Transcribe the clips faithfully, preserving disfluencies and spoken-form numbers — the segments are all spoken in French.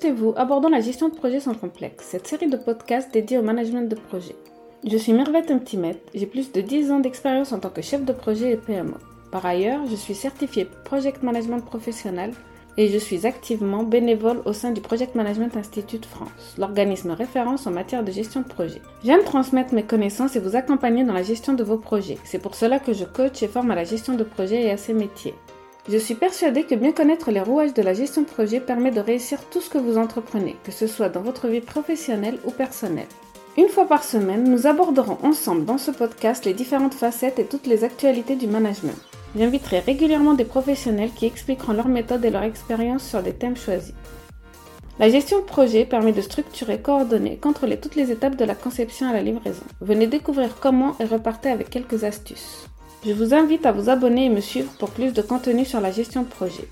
chez vous, abordons la gestion de projet sans complexe, cette série de podcasts dédiée au management de projet. Je suis Mirvet Mtimet, j'ai plus de dix ans d'expérience en tant que chef de projet et P M O. Par ailleurs, je suis certifiée Project Management Professionnel et je suis activement bénévole au sein du Project Management Institute France, l'organisme référence en matière de gestion de projet. J'aime transmettre mes connaissances et vous accompagner dans la gestion de vos projets. C'est pour cela que je coach et forme à la gestion de projet et à ses métiers. Je suis persuadée que bien connaître les rouages de la gestion de projet permet de réussir tout ce que vous entreprenez, que ce soit dans votre vie professionnelle ou personnelle. Une fois par semaine, nous aborderons ensemble dans ce podcast les différentes facettes et toutes les actualités du management. J'inviterai régulièrement des professionnels qui expliqueront leurs méthodes et leur expérience sur des thèmes choisis. La gestion de projet permet de structurer, coordonner, contrôler toutes les étapes de la conception à la livraison. Venez découvrir comment et repartez avec quelques astuces. Je vous invite à vous abonner et me suivre pour plus de contenu sur la gestion de projet.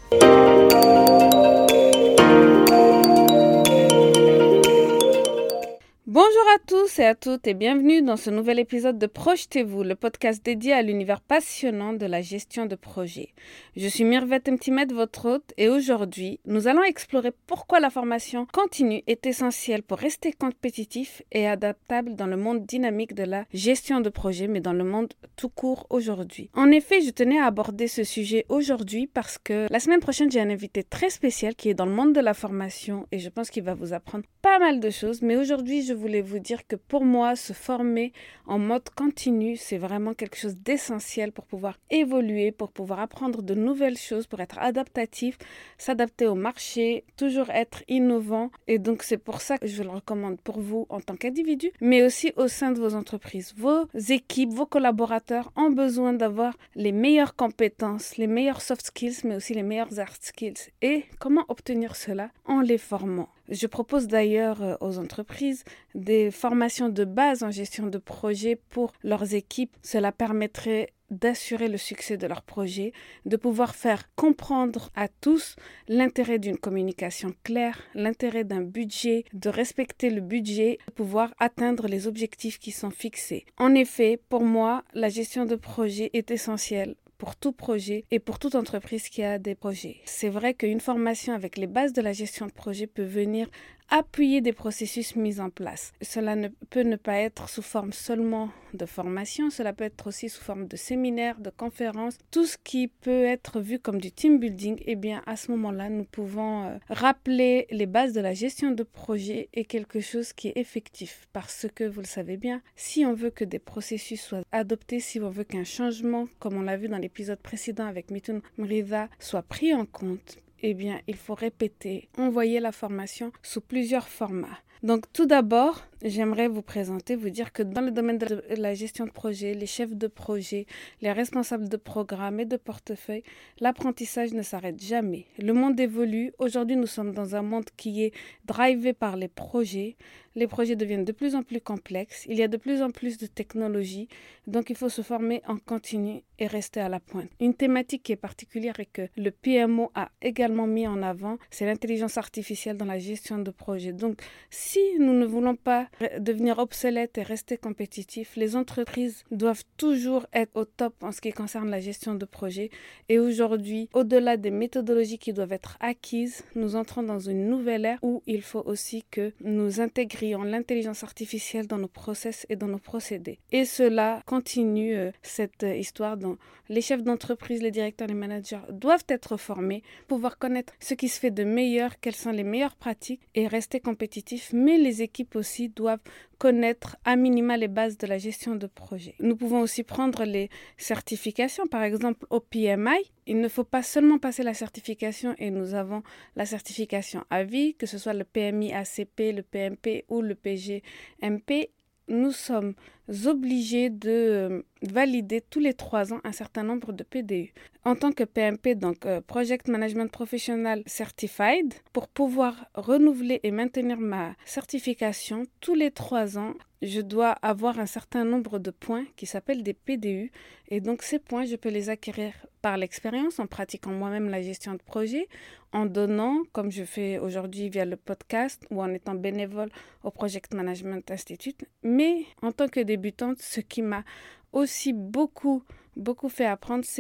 Bonjour à tous et à toutes et bienvenue dans ce nouvel épisode de Projetez-vous, le podcast dédié à l'univers passionnant de la gestion de projet. Je suis Mirvet Mtimet, votre hôte, et aujourd'hui, nous allons explorer pourquoi la formation continue est essentielle pour rester compétitif et adaptable dans le monde dynamique de la gestion de projet, mais dans le monde tout court aujourd'hui. En effet, je tenais à aborder ce sujet aujourd'hui parce que la semaine prochaine, j'ai un invité très spécial qui est dans le monde de la formation et je pense qu'il va vous apprendre pas mal de choses, mais aujourd'hui, je voulais vous dire que pour moi, se former en mode continu, c'est vraiment quelque chose d'essentiel pour pouvoir évoluer, pour pouvoir apprendre de nouvelles choses, pour être adaptatif, s'adapter au marché, toujours être innovant. Et donc, c'est pour ça que je le recommande pour vous en tant qu'individu, mais aussi au sein de vos entreprises. Vos équipes, vos collaborateurs ont besoin d'avoir les meilleures compétences, les meilleurs soft skills, mais aussi les meilleurs hard skills. Et comment obtenir cela? En les formant. Je propose d'ailleurs aux entreprises des formations de base en gestion de projet pour leurs équipes. Cela permettrait d'assurer le succès de leur projet, de pouvoir faire comprendre à tous l'intérêt d'une communication claire, l'intérêt d'un budget, de respecter le budget, de pouvoir atteindre les objectifs qui sont fixés. En effet, pour moi, la gestion de projet est essentielle pour tout projet et pour toute entreprise qui a des projets. C'est vrai qu'une formation avec les bases de la gestion de projet peut venir appuyer des processus mis en place. Cela ne peut ne pas être sous forme seulement de formation, cela peut être aussi sous forme de séminaires, de conférences, tout ce qui peut être vu comme du team building. Eh bien, à ce moment-là, nous pouvons euh, rappeler les bases de la gestion de projet et quelque chose qui est effectif. Parce que, vous le savez bien, si on veut que des processus soient adoptés, si on veut qu'un changement, comme on l'a vu dans l'épisode précédent avec Mithun Mriva, soit pris en compte, eh bien, il faut répéter, envoyer la formation sous plusieurs formats. Donc, tout d'abord, j'aimerais vous présenter, vous dire que dans le domaine de la gestion de projet, les chefs de projet, les responsables de programme et de portefeuille, l'apprentissage ne s'arrête jamais. Le monde évolue. Aujourd'hui, nous sommes dans un monde qui est drivé par les projets. Les projets deviennent de plus en plus complexes. Il y a de plus en plus de technologies. Donc, il faut se former en continu et rester à la pointe. Une thématique qui est particulière et que le P M O a également mis en avant, c'est l'intelligence artificielle dans la gestion de projet. Donc, si nous ne voulons pas devenir obsolètes et rester compétitifs, les entreprises doivent toujours être au top en ce qui concerne la gestion de projet. Et aujourd'hui, au-delà des méthodologies qui doivent être acquises, nous entrons dans une nouvelle ère où il faut aussi que nous intégrions l'intelligence artificielle dans nos process et dans nos procédés. Et cela continue euh, cette euh, histoire dont les chefs d'entreprise, les directeurs, les managers doivent être formés, pouvoir connaître ce qui se fait de meilleur, quelles sont les meilleures pratiques et rester compétitifs. Mais les équipes aussi doivent connaître à minima les bases de la gestion de projet. Nous pouvons aussi prendre les certifications, par exemple au P M I. Il ne faut pas seulement passer la certification et nous avons la certification à vie, que ce soit le P M I A C P, le P M P ou le P G M P. Nous sommes obligés de valider tous les trois ans un certain nombre de P D U. En tant que P M P, donc euh, Project Management Professional Certified, pour pouvoir renouveler et maintenir ma certification tous les trois ans, je dois avoir un certain nombre de points qui s'appellent des P D U. Et donc ces points, je peux les acquérir par l'expérience, en pratiquant moi-même la gestion de projet, en donnant, comme je fais aujourd'hui via le podcast ou en étant bénévole au Project Management Institute. Mais en tant que débutante, ce qui m'a aussi beaucoup, beaucoup fait apprendre, c'est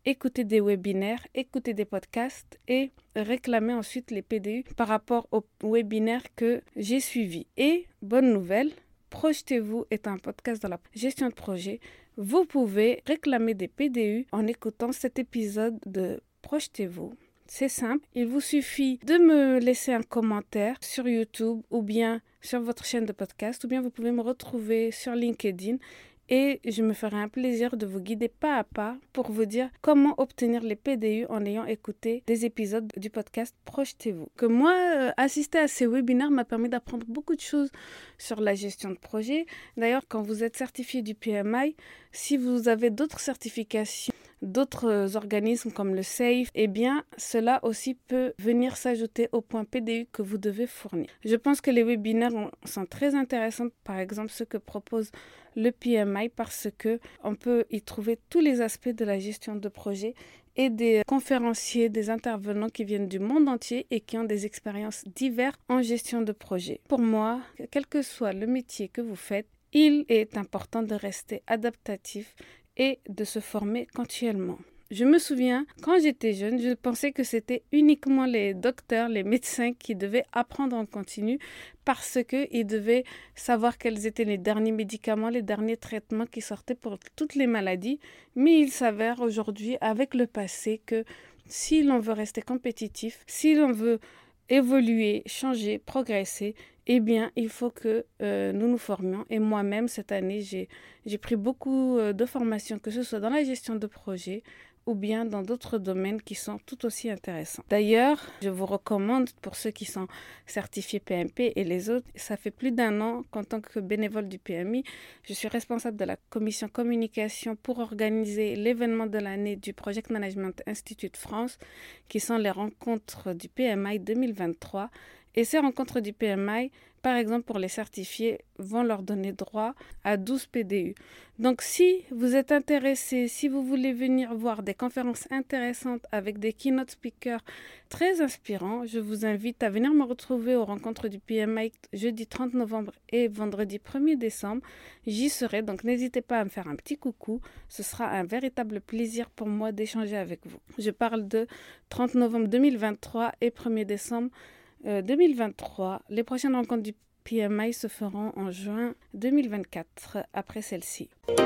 écouter des webinaires, écouter des podcasts et réclamer ensuite les P D U par rapport aux webinaires que j'ai suivis. Et bonne nouvelle, Projetez-vous est un podcast dans la gestion de projet. Vous pouvez réclamer des P D U en écoutant cet épisode de Projetez-vous. C'est simple, il vous suffit de me laisser un commentaire sur YouTube ou bien sur votre chaîne de podcast ou bien vous pouvez me retrouver sur LinkedIn et je me ferai un plaisir de vous guider pas à pas pour vous dire comment obtenir les P D U en ayant écouté des épisodes du podcast Projetez-vous. Que moi, euh, assister à ces webinaires m'a permis d'apprendre beaucoup de choses sur la gestion de projet. D'ailleurs, quand vous êtes certifié du P M I, si vous avez d'autres certifications, d'autres organismes comme le SAFE, eh bien, cela aussi peut venir s'ajouter au point P D U que vous devez fournir. Je pense que les webinaires sont très intéressants, par exemple ceux que propose le P M I, parce que on peut y trouver tous les aspects de la gestion de projet et des conférenciers, des intervenants qui viennent du monde entier et qui ont des expériences diverses en gestion de projet. Pour moi, quel que soit le métier que vous faites, il est important de rester adaptatif et de se former continuellement. Je me souviens, quand j'étais jeune, je pensais que c'était uniquement les docteurs, les médecins qui devaient apprendre en continu parce qu'ils devaient savoir quels étaient les derniers médicaments, les derniers traitements qui sortaient pour toutes les maladies. Mais il s'avère aujourd'hui, avec le passé, que si l'on veut rester compétitif, si l'on veut évoluer, changer, progresser, eh bien, il faut que euh, nous nous formions. Et moi-même, cette année, j'ai, j'ai pris beaucoup euh, de formations, que ce soit dans la gestion de projet ou bien dans d'autres domaines qui sont tout aussi intéressants. D'ailleurs, je vous recommande, pour ceux qui sont certifiés P M P et les autres, ça fait plus d'un an qu'en tant que bénévole du P M I, je suis responsable de la commission communication pour organiser l'événement de l'année du Project Management Institute France, qui sont les rencontres du P M I deux mille vingt-trois. Et ces rencontres du P M I, par exemple pour les certifiés, vont leur donner droit à douze P D U. Donc si vous êtes intéressé, si vous voulez venir voir des conférences intéressantes avec des keynote speakers très inspirants, je vous invite à venir me retrouver aux rencontres du P M I jeudi trente novembre et vendredi premier décembre. J'y serai, donc n'hésitez pas à me faire un petit coucou. Ce sera un véritable plaisir pour moi d'échanger avec vous. Je parle de trente novembre deux mille vingt-trois et premier décembre deux mille vingt-trois. Les prochaines rencontres du P M I se feront en juin deux mille vingt-quatre, après celle-ci.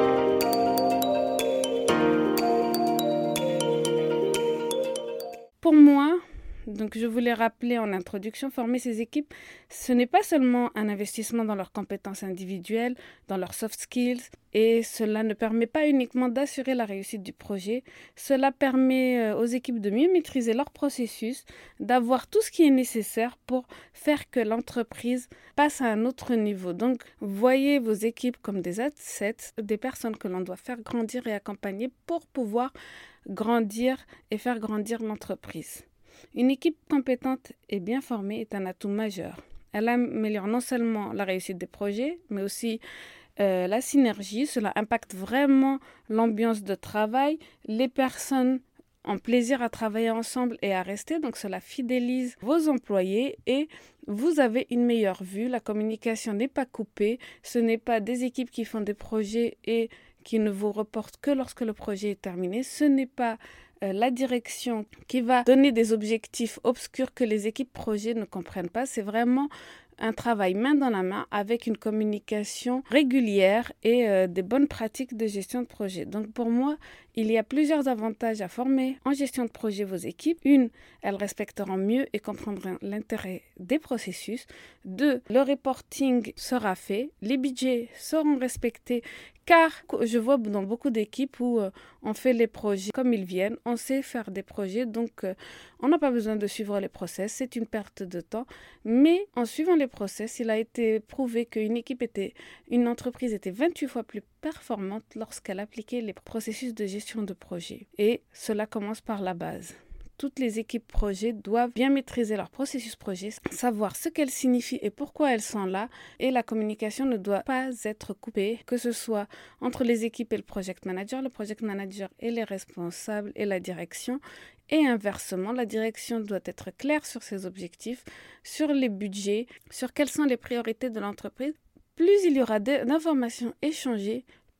Pour moi, donc je voulais rappeler en introduction, former ces équipes, ce n'est pas seulement un investissement dans leurs compétences individuelles, dans leurs soft skills, et cela ne permet pas uniquement d'assurer la réussite du projet, cela permet aux équipes de mieux maîtriser leur processus, d'avoir tout ce qui est nécessaire pour faire que l'entreprise passe à un autre niveau. Donc, voyez vos équipes comme des assets, des personnes que l'on doit faire grandir et accompagner pour pouvoir grandir et faire grandir l'entreprise. Une équipe compétente et bien formée est un atout majeur. Elle améliore non seulement la réussite des projets, mais aussi euh, la synergie. Cela impacte vraiment l'ambiance de travail. Les personnes ont plaisir à travailler ensemble et à rester, donc cela fidélise vos employés et vous avez une meilleure vue. La communication n'est pas coupée. Ce n'est pas des équipes qui font des projets et qui ne vous reportent que lorsque le projet est terminé. Ce n'est pas Euh, la direction qui va donner des objectifs obscurs que les équipes projet ne comprennent pas. C'est vraiment un travail main dans la main avec une communication régulière et euh, des bonnes pratiques de gestion de projet. Donc pour moi, il y a plusieurs avantages à former en gestion de projet vos équipes. Une, elles respecteront mieux et comprendront l'intérêt des processus. Deux, le reporting sera fait, les budgets seront respectés. Car je vois dans beaucoup d'équipes où euh, on fait les projets comme ils viennent, on sait faire des projets, donc euh, on n'a pas besoin de suivre les process, c'est une perte de temps. Mais en suivant les process, il a été prouvé qu'une équipe était, une entreprise était vingt-huit fois plus performante lorsqu'elle appliquait les processus de gestion de projet. Et cela commence par la base. Toutes les équipes projet doivent bien maîtriser leur processus projet, savoir ce qu'elles signifient et pourquoi elles sont là. Et la communication ne doit pas être coupée, que ce soit entre les équipes et le project manager, le project manager et les responsables et la direction. Et inversement, la direction doit être claire sur ses objectifs, sur les budgets, sur quelles sont les priorités de l'entreprise. Plus il y aura d'informations échangées,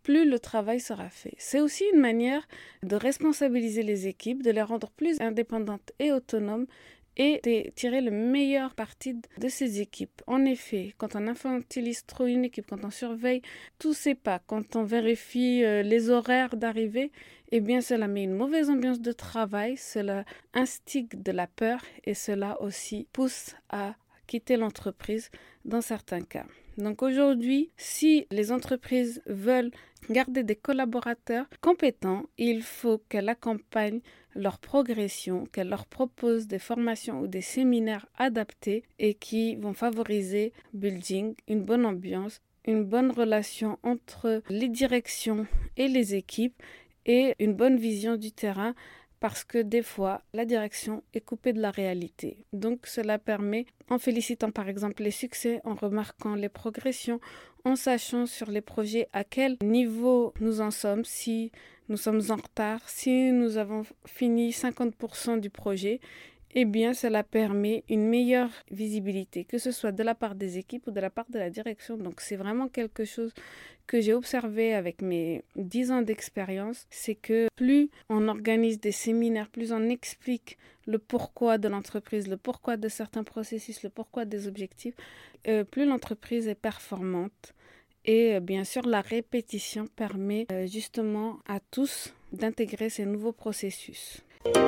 plus le travail sera fait. C'est aussi une manière de responsabiliser les équipes, de les rendre plus indépendantes et autonomes et de tirer le meilleur parti de ces équipes. En effet, quand on infantilise trop une équipe, quand on surveille tous ses pas, quand on vérifie euh, les horaires d'arrivée, eh bien cela met une mauvaise ambiance de travail, cela instigue de la peur et cela aussi pousse à quitter l'entreprise dans certains cas. Donc aujourd'hui, si les entreprises veulent garder des collaborateurs compétents, il faut qu'elles accompagnent leur progression, qu'elles leur proposent des formations ou des séminaires adaptés et qui vont favoriser building, une bonne ambiance, une bonne relation entre les directions et les équipes et une bonne vision du terrain, parce que des fois, la direction est coupée de la réalité. Donc, cela permet, en félicitant par exemple les succès, en remarquant les progressions, en sachant sur les projets à quel niveau nous en sommes, si nous sommes en retard, si nous avons fini cinquante pour cent du projet, eh bien, cela permet une meilleure visibilité, que ce soit de la part des équipes ou de la part de la direction. Donc, c'est vraiment quelque chose que j'ai observé avec mes dix ans d'expérience, c'est que plus on organise des séminaires, plus on explique le pourquoi de l'entreprise, le pourquoi de certains processus, le pourquoi des objectifs, euh, plus l'entreprise est performante. Et euh, bien sûr, la répétition permet euh, justement à tous d'intégrer ces nouveaux processus.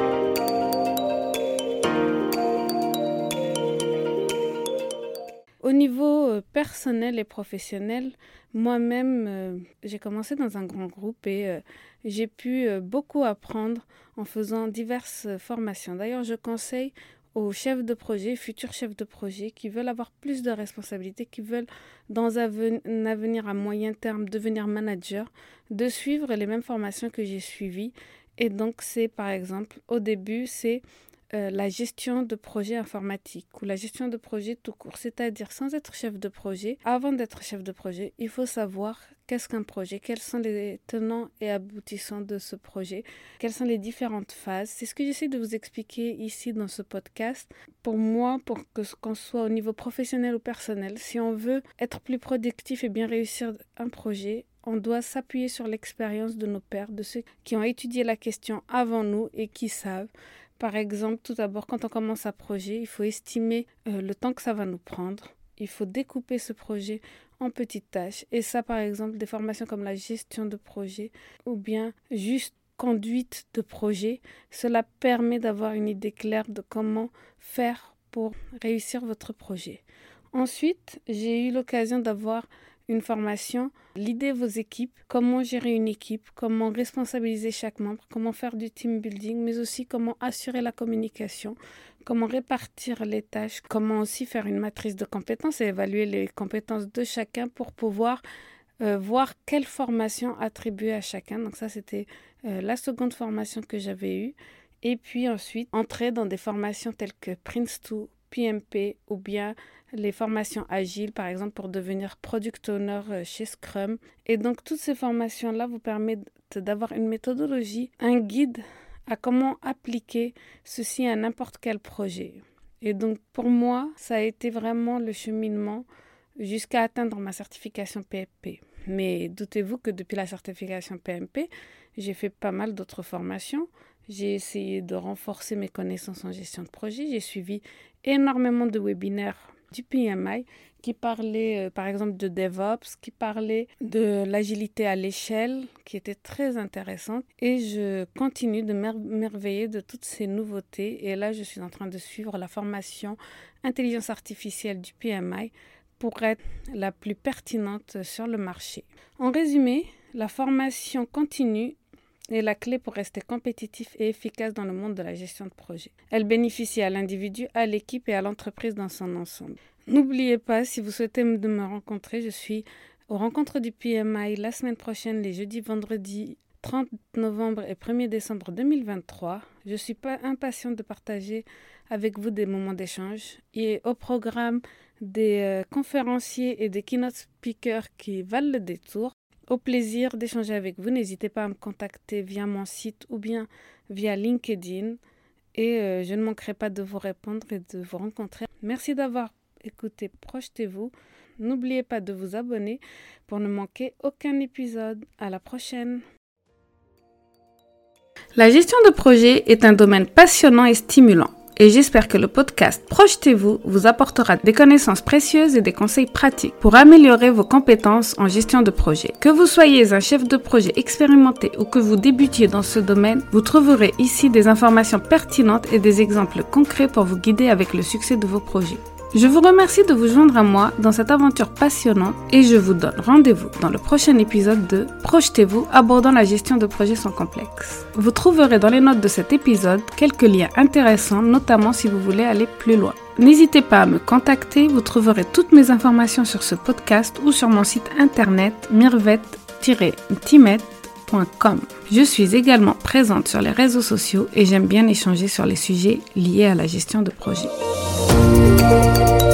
Au niveau euh, personnel et professionnel, moi-même, euh, j'ai commencé dans un grand groupe et euh, j'ai pu euh, beaucoup apprendre en faisant diverses euh, formations. D'ailleurs, je conseille aux chefs de projet, futurs chefs de projet, qui veulent avoir plus de responsabilités, qui veulent, dans un avenir à moyen terme, devenir manager, de suivre les mêmes formations que j'ai suivies. Et donc, c'est par exemple, au début, c'est Euh, la gestion de projet informatique ou la gestion de projet tout court, c'est-à-dire sans être chef de projet. Avant d'être chef de projet, il faut savoir qu'est-ce qu'un projet, quels sont les tenants et aboutissants de ce projet, quelles sont les différentes phases. C'est ce que j'essaie de vous expliquer ici dans ce podcast. Pour moi, pour que qu'on soit au niveau professionnel ou personnel, si on veut être plus productif et bien réussir un projet, on doit s'appuyer sur l'expérience de nos pairs, de ceux qui ont étudié la question avant nous et qui savent. Par exemple, tout d'abord, quand on commence un projet, il faut estimer euh, le temps que ça va nous prendre. Il faut découper ce projet en petites tâches. Et ça, par exemple, des formations comme la gestion de projet ou bien juste conduite de projet, cela permet d'avoir une idée claire de comment faire pour réussir votre projet. Ensuite, j'ai eu l'occasion d'avoir une formation, l'idée vos équipes, comment gérer une équipe, comment responsabiliser chaque membre, comment faire du team building, mais aussi comment assurer la communication, comment répartir les tâches, comment aussi faire une matrice de compétences et évaluer les compétences de chacun pour pouvoir euh, voir quelle formation attribuer à chacun. Donc ça, c'était euh, la seconde formation que j'avais eue. Et puis ensuite, entrer dans des formations telles que Prince deux, P M P ou bien les formations agiles, par exemple, pour devenir product owner chez Scrum. Et donc, toutes ces formations-là vous permettent d'avoir une méthodologie, un guide à comment appliquer ceci à n'importe quel projet. Et donc, pour moi, ça a été vraiment le cheminement jusqu'à atteindre ma certification P M P. Mais doutez-vous que depuis la certification P M P, j'ai fait pas mal d'autres formations. J'ai essayé de renforcer mes connaissances en gestion de projet. J'ai suivi énormément de webinaires du P M I qui parlaient euh, par exemple de DevOps, qui parlaient de l'agilité à l'échelle, qui était très intéressante. Et je continue de m'émerveiller de toutes ces nouveautés. Et là, je suis en train de suivre la formation intelligence artificielle du P M I pour être la plus pertinente sur le marché. En résumé, la formation continue est la clé pour rester compétitif et efficace dans le monde de la gestion de projet. Elle bénéficie à l'individu, à l'équipe et à l'entreprise dans son ensemble. N'oubliez pas, si vous souhaitez de me rencontrer, je suis aux rencontres du P M I la semaine prochaine, les jeudis, vendredis trente novembre et premier décembre deux mille vingt-trois. Je suis pas impatiente de partager avec vous des moments d'échange. Et au programme des euh, conférenciers et des keynote speakers qui valent le détour. Au plaisir d'échanger avec vous. N'hésitez pas à me contacter via mon site ou bien via LinkedIn. Et euh, je ne manquerai pas de vous répondre et de vous rencontrer. Merci d'avoir écouté Projetez-vous. N'oubliez pas de vous abonner pour ne manquer aucun épisode. À la prochaine. La gestion de projet est un domaine passionnant et stimulant. Et j'espère que le podcast Projetez-vous vous apportera des connaissances précieuses et des conseils pratiques pour améliorer vos compétences en gestion de projet. Que vous soyez un chef de projet expérimenté ou que vous débutiez dans ce domaine, vous trouverez ici des informations pertinentes et des exemples concrets pour vous guider avec le succès de vos projets. Je vous remercie de vous joindre à moi dans cette aventure passionnante et je vous donne rendez-vous dans le prochain épisode de Projetez-vous abordant la gestion de projets sans complexe. Vous trouverez dans les notes de cet épisode quelques liens intéressants, notamment si vous voulez aller plus loin. N'hésitez pas à me contacter, vous trouverez toutes mes informations sur ce podcast ou sur mon site internet mirvet tiret mtimet point com. Je suis également présente sur les réseaux sociaux et j'aime bien échanger sur les sujets liés à la gestion de projet. Thank you.